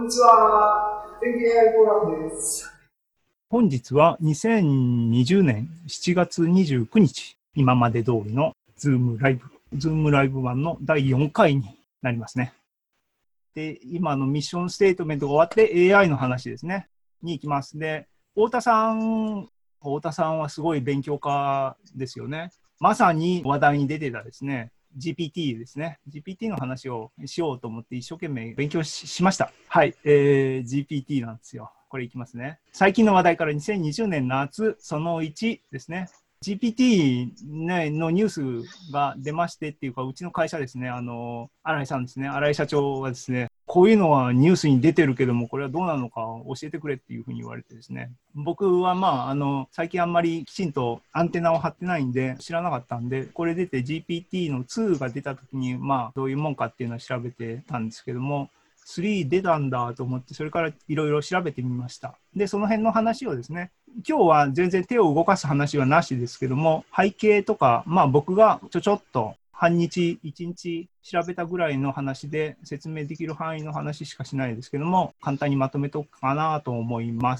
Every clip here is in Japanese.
にちは。天気 AI フォーラムです。 本日は2020年7月29日、今まで通りのズームライブ版の第4回になりますね。で、今のミッションステートメントが終わって AI の話ですね、に行きます。で、太田さんはすごい勉強家ですよね。まさに話題に出てたですね、GPT ですね。GPT の話をしようと思って一生懸命勉強 しました。はい、GPT なんですよ。これいきますね。最近の話題から2020年夏その1ですね。GPT、ね、のニュースが出ましてっていうか、うちの会社ですね、新井さんですね、新井社長がですね、こういうのはニュースに出てるけども、これはどうなのか教えてくれっていうふうに言われてですね、僕は最近あんまりきちんとアンテナを張ってないんで、知らなかったんで、これ出て GPT の2が出た時に、どういうもんかっていうのを調べてたんですけども、3出たんだと思って、それからいろいろ調べてみました。で、その辺の話をですね、今日は全然手を動かす話はなしですけども、背景とか、僕がちょっと半日、1日調べたぐらいの話で説明できる範囲の話しかしないですけども、簡単にまとめとくかなと思います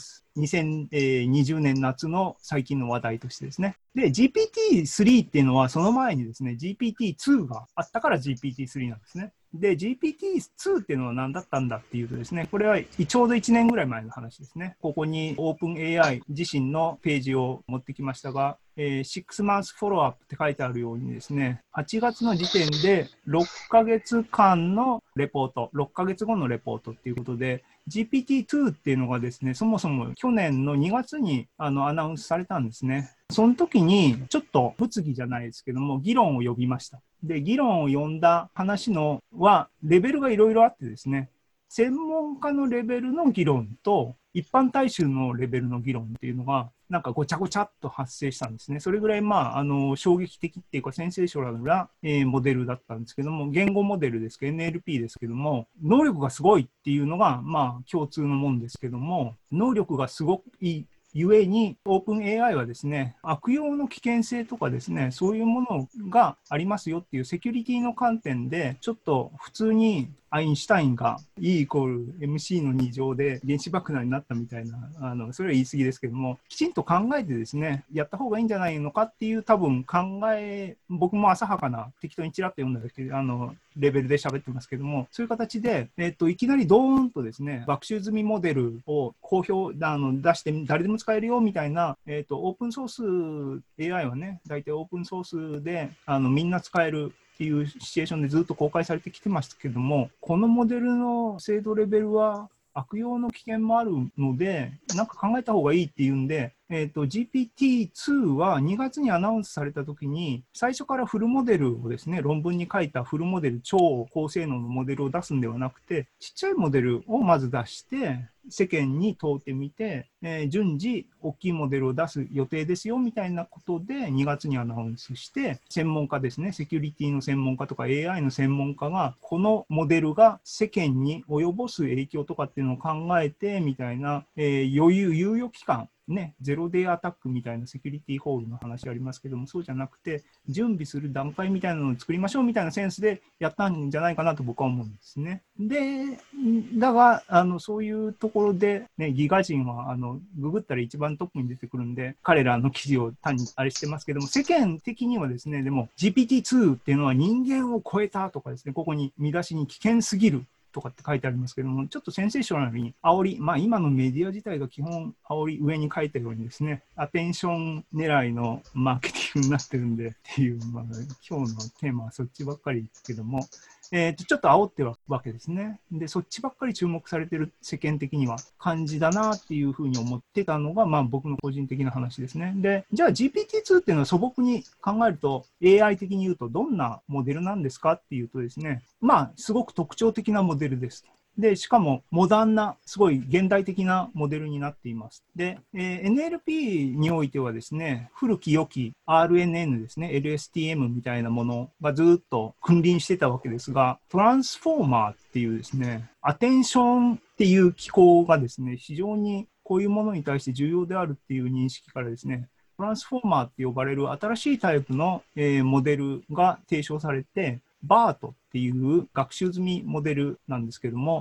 。2020年夏の最近の話題としてですね。で、GPT-3 っていうのはその前にですね、GPT-2 があったから GPT-3 なんですね。で、GPT-2 っていうのは何だったんだっていうとですね、これはちょうど1年ぐらい前の話ですね。ここに OpenAI 自身のページを持ってきましたが、6 months follow-up って書いてあるようにですね、8月の時点で6ヶ月間のレポート、6ヶ月後のレポートっていうことで、GPT-2 っていうのがですね、そもそも去年の2月にアナウンスされたんですね。その時にちょっと物議じゃないですけども、議論を呼びました。で、議論を呼んだ話のは、レベルがいろいろあってですね、専門家のレベルの議論と、一般大衆のレベルの議論っていうのが、なんかごちゃごちゃっと発生したんですね。それぐらい、衝撃的っていうか、センセーショナルな、モデルだったんですけども、言語モデルですけど、NLP ですけども、能力がすごいっていうのが、共通のもんですけども、能力がすごくいいゆえに、オープン AI はですね、悪用の危険性とかですね、そういうものがありますよっていうセキュリティの観点で、ちょっと普通にアインシュタインが E イコール MC の2乗で原子爆弾になったみたいな、それは言い過ぎですけども、きちんと考えてですね、やった方がいいんじゃないのかっていう多分僕も浅はかな、適当にちらっと読んだだけレベルで喋ってますけども、そういう形で、いきなりドーンとですね、学習済みモデルを公表、出して誰でも使えるよみたいな、オープンソース AI はね、大体オープンソースでみんな使えるっていうシチュエーションでずっと公開されてきてますけども、このモデルの精度レベルは悪用の危険もあるので、なんか考えた方がいいっていうんで、GPT-2 は2月にアナウンスされたときに、最初からフルモデルをですね、論文に書いたフルモデル、超高性能のモデルを出すんではなくて、ちっちゃいモデルをまず出して、世間に問うてみて、順次大きいモデルを出す予定ですよみたいなことで2月にアナウンスして、専門家ですね、セキュリティの専門家とか AI の専門家がこのモデルが世間に及ぼす影響とかっていうのを考えてみたいな、猶予期間ね、ゼロデイアタックみたいなセキュリティホールの話ありますけども、そうじゃなくて、準備する段階みたいなのを作りましょうみたいなセンスでやったんじゃないかなと僕は思うんですね。で、だが、そういうところで、ね、ギガ人は、ググったら一番トップに出てくるんで、彼らの記事を単にあれしてますけども、世間的にはですね、でも GPT-2 っていうのは人間を超えたとかですね、ここに見出しに危険すぎるとかって書いてありますけども、ちょっとセンセーショナルに煽り、今のメディア自体が基本煽り上に書いたようにですね、アテンション狙いのマーケティングになってるんでっていう、今日のテーマはそっちばっかりですけども、ちょっと煽ってるわけですね。で、そっちばっかり注目されてる世間的には感じだなっていうふうに思ってたのが、僕の個人的な話ですね。で、じゃあ GPT-2 っていうのは素朴に考えると AI 的に言うとどんなモデルなんですかっていうとですね、すごく特徴的なモデルです。で、しかもモダンな、すごい現代的なモデルになっています。で、NLP においてはですね、古き良き RNN ですね、LSTM みたいなものがずっと君臨してたわけですが、トランスフォーマーっていうですね、アテンションっていう機構がですね、非常にこういうものに対して重要であるっていう認識からですね、トランスフォーマーって呼ばれる新しいタイプの、モデルが提唱されて、BART っていう学習済みモデルなんですけども、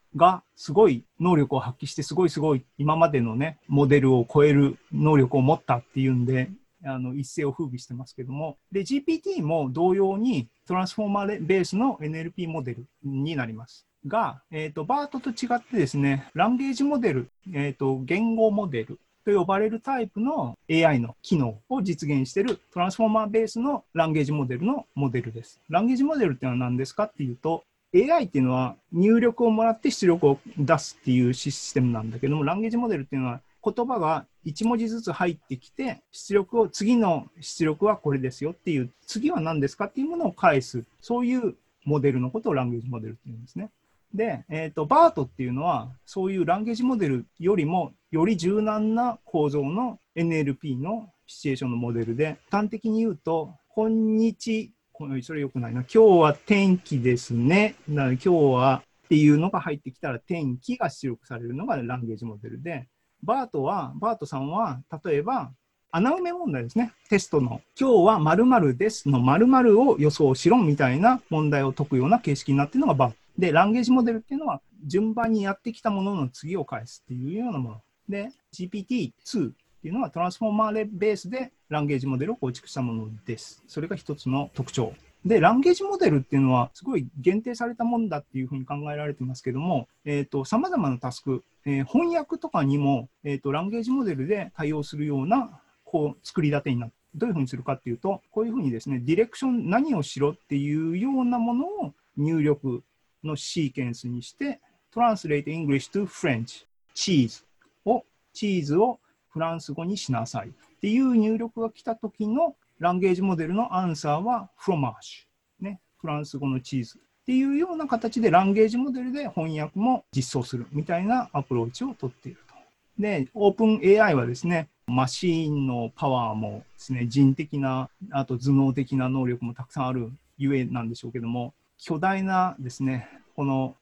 がすごい能力を発揮してすごい今までのねモデルを超える能力を持ったっていうんで一世を風靡してますけども、で GPT も同様にトランスフォーマーベースの NLP モデルになりますが、バートと違ってですね、ランゲージモデル、言語モデルと呼ばれるタイプの AI の機能を実現しているトランスフォーマーベースのランゲージモデルのモデルです。ランゲージモデルっていうのは何ですかっていうと、AI っていうのは入力をもらって出力を出すっていうシステムなんだけども、ランゲージモデルっていうのは言葉が1文字ずつ入ってきて、次の出力はこれですよっていう、次は何ですかっていうものを返す、そういうモデルのことをランゲージモデルっていうんですね。で、バートっていうのは、そういうランゲージモデルよりも、より柔軟な構造の NLP のシチュエーションのモデルで、端的に言うと、こんにち、それよくないな、今日は天気ですね。今日はっていうのが入ってきたら、天気が出力されるのがランゲージモデルで、バートさんは、例えば、穴埋め問題ですね。テストの、今日は〇〇ですの〇〇を予想しろみたいな問題を解くような形式になっているのがバート。で、ランゲージモデルっていうのは、順番にやってきたものの次を返すっていうようなもの。で、GPT-2 っていうのはトランスフォーマーベースでランゲージモデルを構築したものです。それが一つの特徴。で、ランゲージモデルっていうのはすごい限定されたものだっていうふうに考えられてますけども、様々なタスク、翻訳とかにも、ランゲージモデルで対応するような作り立てになって、どういうふうにするかっていうと、こういうふうにですね、ディレクション、何をしろっていうようなものを入力のシーケンスにして、Translate English to French、チーズをフランス語にしなさいっていう入力が来た時のランゲージモデルのアンサーはフロマージュ、ね、フランス語のチーズっていうような形でランゲージモデルで翻訳も実装するみたいなアプローチをとっていると。で、オープン AI はですね、マシーンのパワーもですね、人的な、あと頭脳的な能力もたくさんあるゆえなんでしょうけども、巨大なですね、この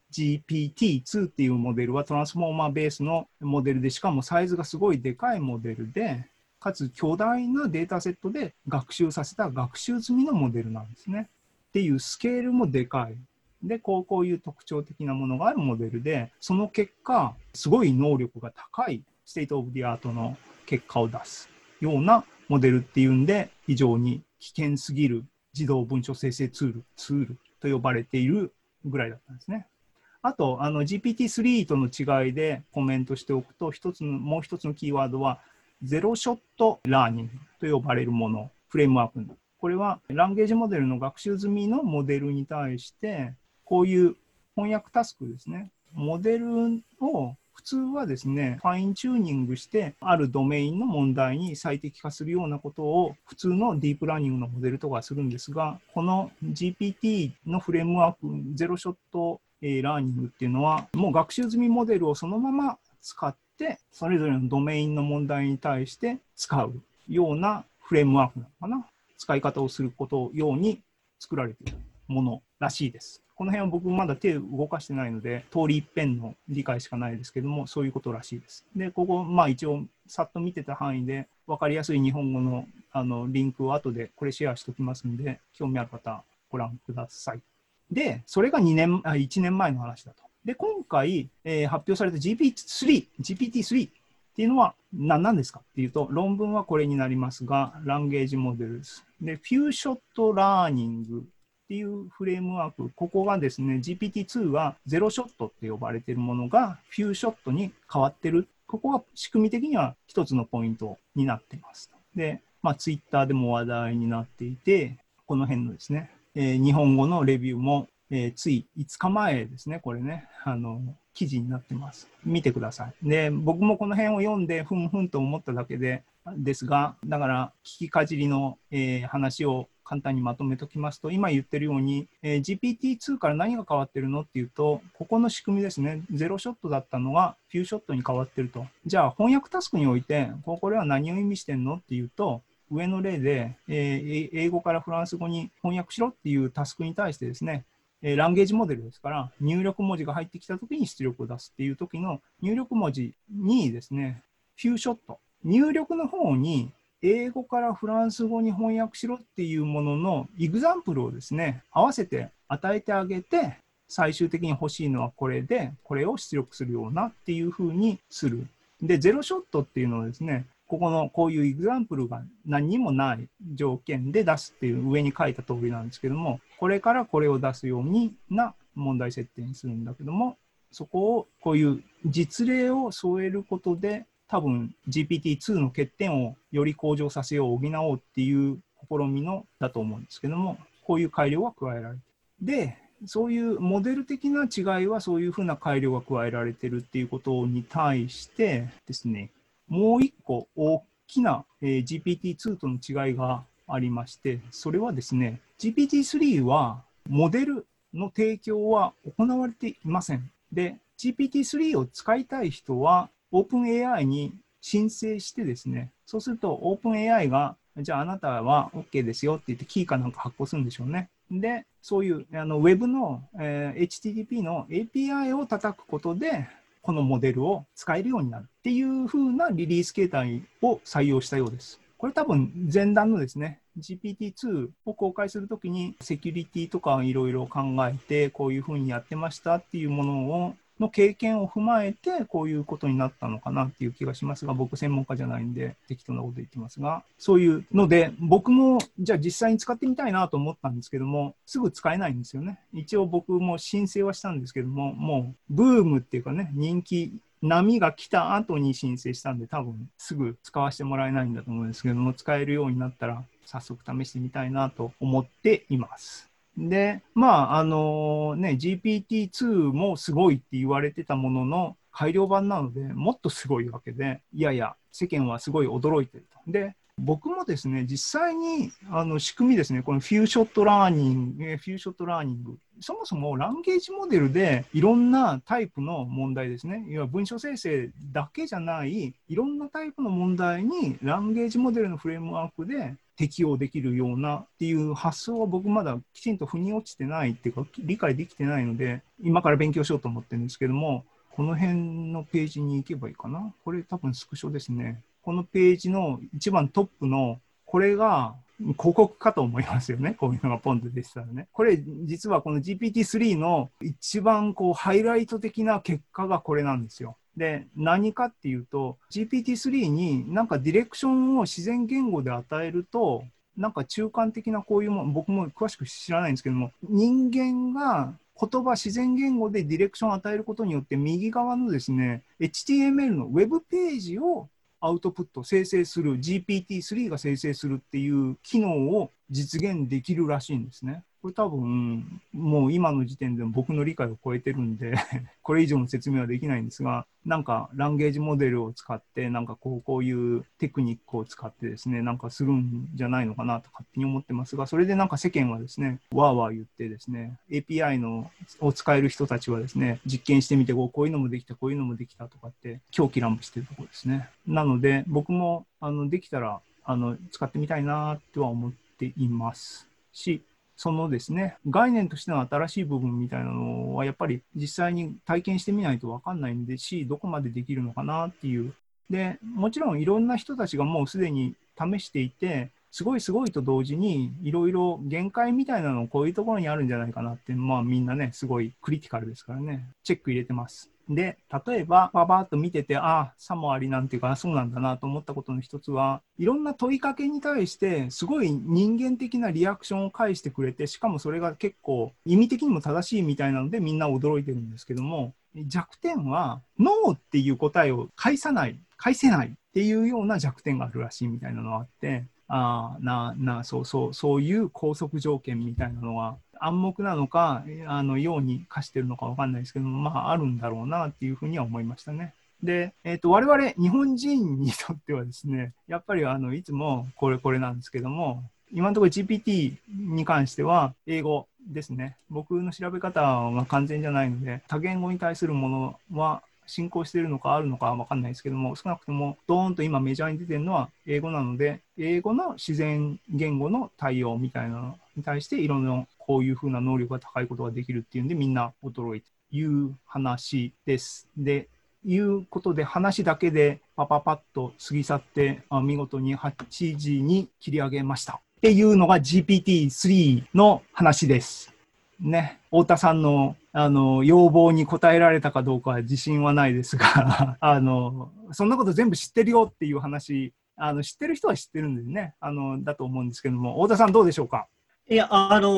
GPT-2 っていうモデルはトランスフォーマーベースのモデルで、しかもサイズがすごいでかいモデルで、かつ巨大なデータセットで学習させた学習済みのモデルなんですね。っていうスケールもでかい。で、こういう特徴的なものがあるモデルで、その結果、すごい能力が高いステートオブディアートの結果を出すようなモデルっていうんで、非常に危険すぎる自動文書生成ツールと呼ばれているぐらいだったんですね。あと、GPT-3 との違いでコメントしておくと、もう一つのキーワードは、ゼロショットラーニングと呼ばれるもの、フレームワーク。これは、ランゲージモデルの学習済みのモデルに対して、こういう翻訳タスクですね、モデルを普通はですね、ファインチューニングして、あるドメインの問題に最適化するようなことを、普通のディープラーニングのモデルとかするんですが、この GPT のフレームワーク、ゼロショットラーニングっていうのは、もう学習済みモデルをそのまま使って、それぞれのドメインの問題に対して使うようなフレームワークなのかな。使い方をすることように作られているものらしいです。この辺は僕まだ手を動かしてないので、通り一遍の理解しかないですけども、そういうことらしいです。で、ここ、一応、さっと見てた範囲で、分かりやすい日本語のリンクを後でこれシェアしておきますので、興味ある方、ご覧ください。で、それが1年前の話だと。で、今回、発表された GPT-3 っていうのは何ですかっていうと、論文はこれになりますが、ランゲージモデルです。で、フューショットラーニングっていうフレームワーク、ここがですね、GPT-2 はゼロショットって呼ばれているものがフューショットに変わってる。ここは仕組み的には一つのポイントになっています。で、ツイッターでも話題になっていて、この辺のですね、日本語のレビューも、つい5日前ですね、これね、記事になってます。見てください。で、僕もこの辺を読んで、ふんふんと思っただけですが、だから、聞きかじりの、話を簡単にまとめておきますと、今言ってるように、GPT-2 から何が変わってるのっていうと、ここの仕組みですね、ゼロショットだったのがフューショットに変わってると。じゃあ、翻訳タスクにおいて、これは何を意味してんのっていうと、上の例で、英語からフランス語に翻訳しろっていうタスクに対してですね、ランゲージモデルですから、入力文字が入ってきたときに出力を出すっていうときの入力文字にですね、フューショット、入力の方に英語からフランス語に翻訳しろっていうもののエグザンプルをですね、合わせて与えてあげて、 最終的に欲しいのはこれで、これを出力するようなっていう風にする。で、ゼロショットっていうのはですね、ここのこういうエグザンプルが何にもない条件で出すっていう上に書いた通りなんですけども、これからこれを出すようにな問題設定にするんだけども、そこをこういう実例を添えることで、多分 GPT-2 の欠点をより向上させよう、補おうっていう試みのだと思うんですけども、こういう改良が加えられている。で、そういうモデル的な違いはそういうふうな改良が加えられているっていうことに対してですね、もう一個大きな、GPT-2 との違いがありまして、それはですね、GPT-3 はモデルの提供は行われていません。で、GPT-3 を使いたい人は OpenAI に申請してですね、そうすると OpenAI がじゃああなたは OK ですよって言ってキーかなんか発行するんでしょうね。で、そういうWeb の、HTTP の API を叩くことで、このモデルを使えるようになるっていう風なリリース形態を採用したようです。これ多分前段のですね、GPT-2 を公開するときにセキュリティとかいろいろ考えて、こういう風にやってましたっていうものの経験を踏まえて、こういうことになったのかなっていう気がしますが、僕専門家じゃないんで適当なこと言ってますが、そういうので、僕もじゃあ実際に使ってみたいなと思ったんですけども、すぐ使えないんですよね。一応僕も申請はしたんですけども、もうブームっていうかね、人気、波が来た後に申請したんで、多分すぐ使わせてもらえないんだと思うんですけども、使えるようになったら早速試してみたいなと思っています。で、GPT-2 もすごいって言われてたものの、改良版なので、もっとすごいわけで、いやいや、世間はすごい驚いてると。で、僕もですね、実際に仕組みですね、このフューショットラーニング、そもそもランゲージモデルでいろんなタイプの問題ですね、要は文章生成だけじゃない、いろんなタイプの問題にランゲージモデルのフレームワークで適用できるようなっていう発想は僕まだきちんと腑に落ちてないっていうか、理解できてないので、今から勉強しようと思ってるんですけども、この辺のページに行けばいいかな。これ多分スクショですね。このページの一番トップの、これが広告かと思いますよね。こういうのがポンと出てたらね。これ実はこの GPT-3 の一番こうハイライト的な結果がこれなんですよ。で、何かっていうと GPT-3 になんかディレクションを自然言語で与えると、なんか中間的なこういうもの、僕も詳しく知らないんですけども、人間が言葉、自然言語でディレクションを与えることによって、右側のですね、HTML のウェブページをアウトプット、生成する、GPT-3 が生成するっていう機能を実現できるらしいんですね。これ多分、もう今の時点でも僕の理解を超えてるんでこれ以上の説明はできないんですが、なんかランゲージモデルを使って、なんかこういうテクニックを使ってですね、なんかするんじゃないのかなと勝手に思ってますが、それでなんか世間はですね、わーわー言ってですね、API を使える人たちはですね、実験してみて、こういうのもできた、こういうのもできたとかって、狂気乱舞してるところですね。なので、僕もできたら使ってみたいなとは思っていますし、そのですね、概念としての新しい部分みたいなのは、やっぱり実際に体験してみないと分かんないんでし、どこまでできるのかなっていう。で、もちろんいろんな人たちがもうすでに試していて、すごいすごいと同時に、いろいろ限界みたいなのこういうところにあるんじゃないかなって、まあみんなね、すごいクリティカルですからね、チェック入れてます。で、例えば、パパッと見てて、さもありなんていうか、そうなんだなと思ったことの一つは、いろんな問いかけに対して、すごい人間的なリアクションを返してくれて、しかもそれが結構意味的にも正しいみたいなので、みんな驚いてるんですけども、弱点は、ノーっていう答えを返せないっていうような弱点があるらしいみたいなのがあって、そういう拘束条件みたいなのは暗黙なのか、ように課してるのかわかんないですけども、まあ、あるんだろうなっていうふうには思いましたね。で、我々日本人にとってはですね、やっぱりいつもこれなんですけども、今のところ GPT に関しては英語ですね。僕の調べ方は完全じゃないので、多言語に対するものは進行しているのかあるのかわかんないですけども、少なくともドーンと今メジャーに出てるのは英語なので、英語の自然言語の対応みたいなのに対していろんなこういうふうな能力が高いことができるっていうんでみんな驚いていう話です。で、いうことで話だけでパパパッと過ぎ去って見事に8時に切り上げましたっていうのが GPT-3 の話です。 ね、太田さんの、要望に応えられたかどうかは自信はないですが、そんなこと全部知ってるよっていう話、知ってる人は知ってるんでね、だと思うんですけども、太田さんどうでしょうか？ いや、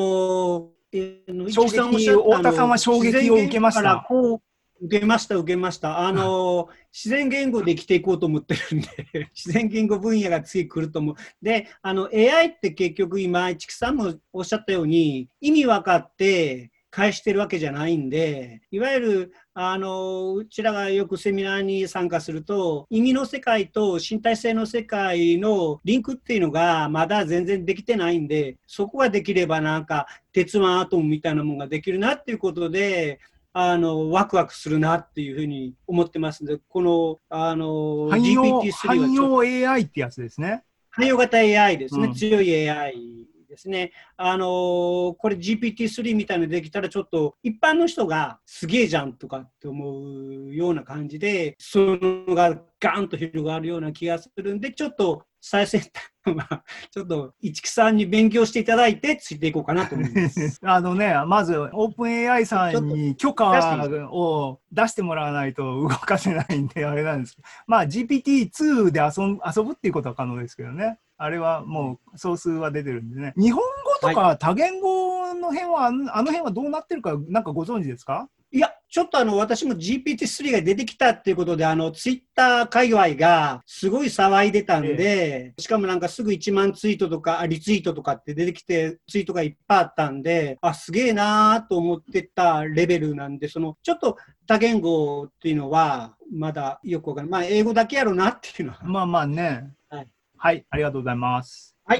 衝市木さんおっし撃、 ゃった太田さんは衝自然撃を受け言語からました？ こう、受けました、受けました。自然言語で生きていこうと思ってるんで、自然言語分野が次来ると思う。で、AI って結局今、市木さんもおっしゃったように、意味分かって返してるわけじゃないんで、いわゆる、うちらがよくセミナーに参加すると、意味の世界と身体性の世界のリンクっていうのがまだ全然できてないんで、そこができればなんか、鉄腕アトムみたいなものができるなっていうことで、ワクワクするなっていうふうに思ってますので、この、GPT-3 は汎用 AI ってやつですね。 汎用型 AI ですね、 うん、 強い AI ですね。これ GPT-3 みたいなのできたらちょっと一般の人がすげえじゃんとかって思うような感じで、そのがガーンと広がるような気がするんで、ちょっと最先端はちょっと市木さんに勉強していただいてついていこうかなと思います。 まずオープン AI さんに許可ちょっを出してもらわないと動かせないんであれなんですけど、まあ GPT-2 で遊ぶっていうことは可能ですけどね。あれはもう総数は出てるんでね。日本語とか多言語の辺は、あの辺はどうなってるかなんかご存知ですか？ いや、ちょっと私も GPT-3 が出てきたっていうことで、ツイッター界隈がすごい騒いでたんで、しかもなんかすぐ1万ツイートとか、リツイートとかって出てきて、ツイートがいっぱいあったんで、すげえなーと思ってたレベルなんで、ちょっと多言語っていうのは、まだよくわかんない。まあ、英語だけやろうなっていうのは。 まあまあね。 はい。 はい、ありがとうございます。 はい。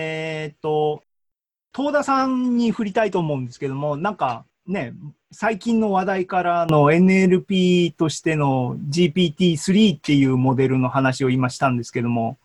東田さんに振りたいと思うんですけども、なんかね、最近の話題からの NLP としての GPT-3 っていうモデルの話を今したんですけども。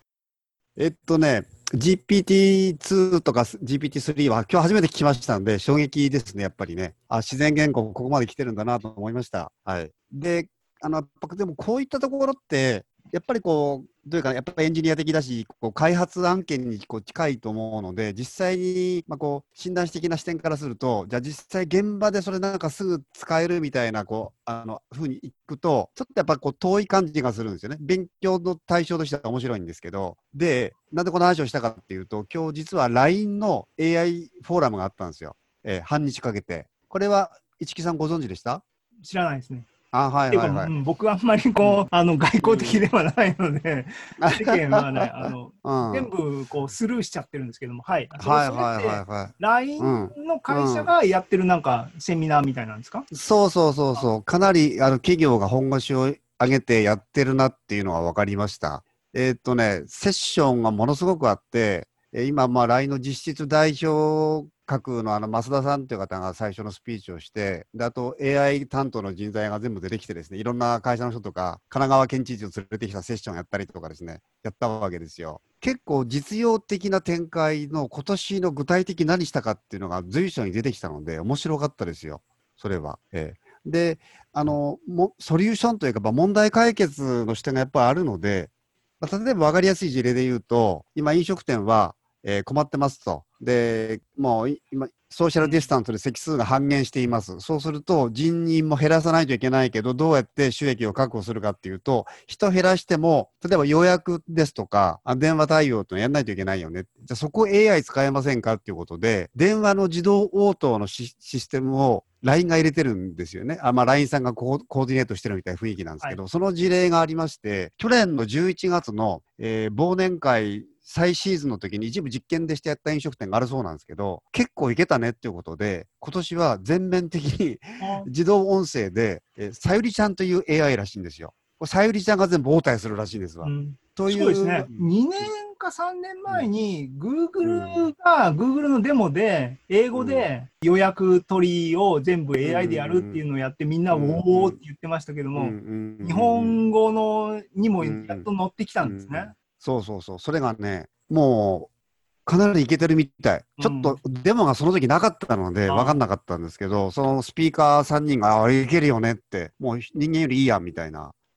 GPT-2 とか GPT-3 は今日初めて聞きましたので、衝撃ですね、やっぱりね。自然言語、ここまで来てるんだなと思いました。はい。で、でもこういったところって、やっぱりこう、どういうかな、やっぱりエンジニア的だし、開発案件に近いと思うので、実際に、診断士的な視点からすると、じゃあ実際現場でそれなんかすぐ使えるみたいな、ふうにいくと、ちょっとやっぱ遠い感じがするんですよね。勉強の対象としては面白いんですけど、で、なんでこの話をしたかっていうと、今日実は LINE の AI フォーラムがあったんですよ。半日かけて。これは、市木さんご存知でした？ 知らないですね。 はいはいはい。 僕はあんまり外交的ではないので、世間はね、全部スルーしちゃってるんですけども、はい。それって、LINE の会社がやってるなんかセミナーみたいなんですか？ そう。かなり企業が本腰を上げてやってるなっていうのが分かりました。セッションがものすごくあって、今、LINE の実質代表格の増田さんという方が最初のスピーチをして、であと AI 担当の人材が全部出てきてですね、いろんな会社の人とか、神奈川県知事を連れてきたセッションやったりとかですね、やったわけですよ。結構実用的な展開の今年の具体的何したかっていうのが随所に出てきたので、面白かったですよ、それは。で、ソリューションというか、問題解決の視点がやっぱりあるので、例えば分かりやすい事例で言うと、今飲食店は、困ってますと。で、もう今、ソーシャルディスタンスで席数が半減しています。そうすると、人員も減らさないといけないけど、どうやって収益を確保するかっていうと、人減らしても、例えば予約ですとか、電話対応ってのやんないといけないよね。じゃあそこ AI 使えませんかっていうことで、電話の自動応答のシステムを LINE が入れてるんですよね。LINE さんがコーディネートしてるみたいな雰囲気なんですけど、その事例がありまして、去年の11月の、忘年会、最シーズンの時に一部実験でしてやった飲食店があるそうなんですけど、結構いけたねっていうことで、今年は全面的に自動音声で、さゆりちゃんという AI らしいんですよ。さゆりちゃんが全部応対するらしいんですわ。 そうですね。2年か3年前に Google が Google のデモで英語で予約取りを全部 AI でやるっていうのをやってみんなおーって言ってましたけども、日本語のにもやっと乗ってきたんですね。 そう。それがね、もう、かなりいけてるみたい。ちょっとデモがその時なかったので分かんなかったんですけど、そのスピーカー3人が、いけるよねって、もう人間よりいいやんみたいな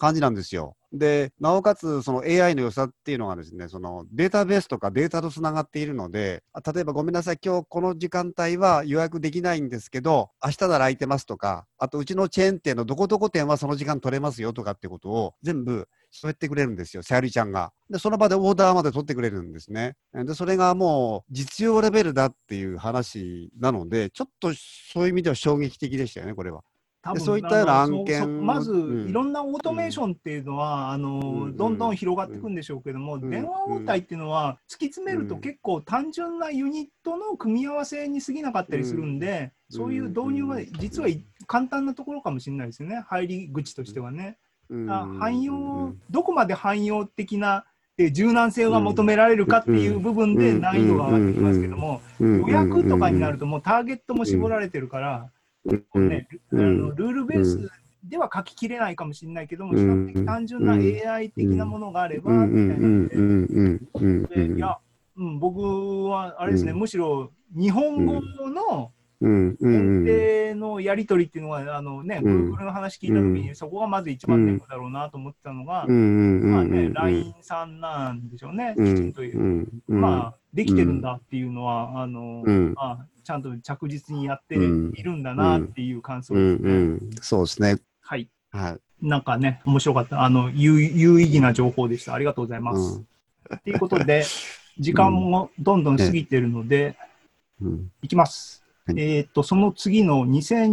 感じなんですよ。で、なおかつその AI の良さっていうのがですね、そのデータベースとかデータとつながっているので、例えばごめんなさい、今日この時間帯は予約できないんですけど、明日なら空いてますとか、あとうちのチェーン店のどこどこ店はその時間取れますよとかってことを全部そうやってくれるんですよ、さゆりちゃんが。で、その場でオーダーまで取ってくれるんですね。で、それがもう実用レベルだっていう話なので、ちょっとそういう意味では衝撃的でしたよね、これは。 多分でそういったような案件まず、 うんいろんなオートメーションっていうのは、どんどん広がっていくんでしょうけども、電話応対っていうのは、突き詰めると結構単純なユニットの組み合わせに過ぎなかったりするんで、そういう導入は実は簡単なところかもしれないですよね、入り口としてはね。汎用、どこまで汎用的な柔軟性が求められるかっていう部分で難易度が上がってきますけども、予約とかになるともうターゲットも絞られてるから、ルールベースでは書ききれないかもしれないけども、比較的単純な AI 的なものがあれば、みたいなので、いや、僕はあれですね、むしろ日本語の前提のやり取りっていうのは、Google の話聞いたときに、そこがまず一番ネックだろうなと思ってたのが、LINE さんなんでしょうね、きちんとできてるんだっていうのは、ちゃんと着実にやっているんだなっていう感想ですね。 そうですね。 はい。 はい。 なんかね、面白かった。有意義な情報でした。ありがとうございます。ということで、時間もどんどん過ぎてるので、いきます。その次の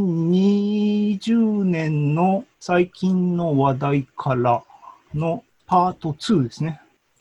2020年の最近の話題からのパート2ですね。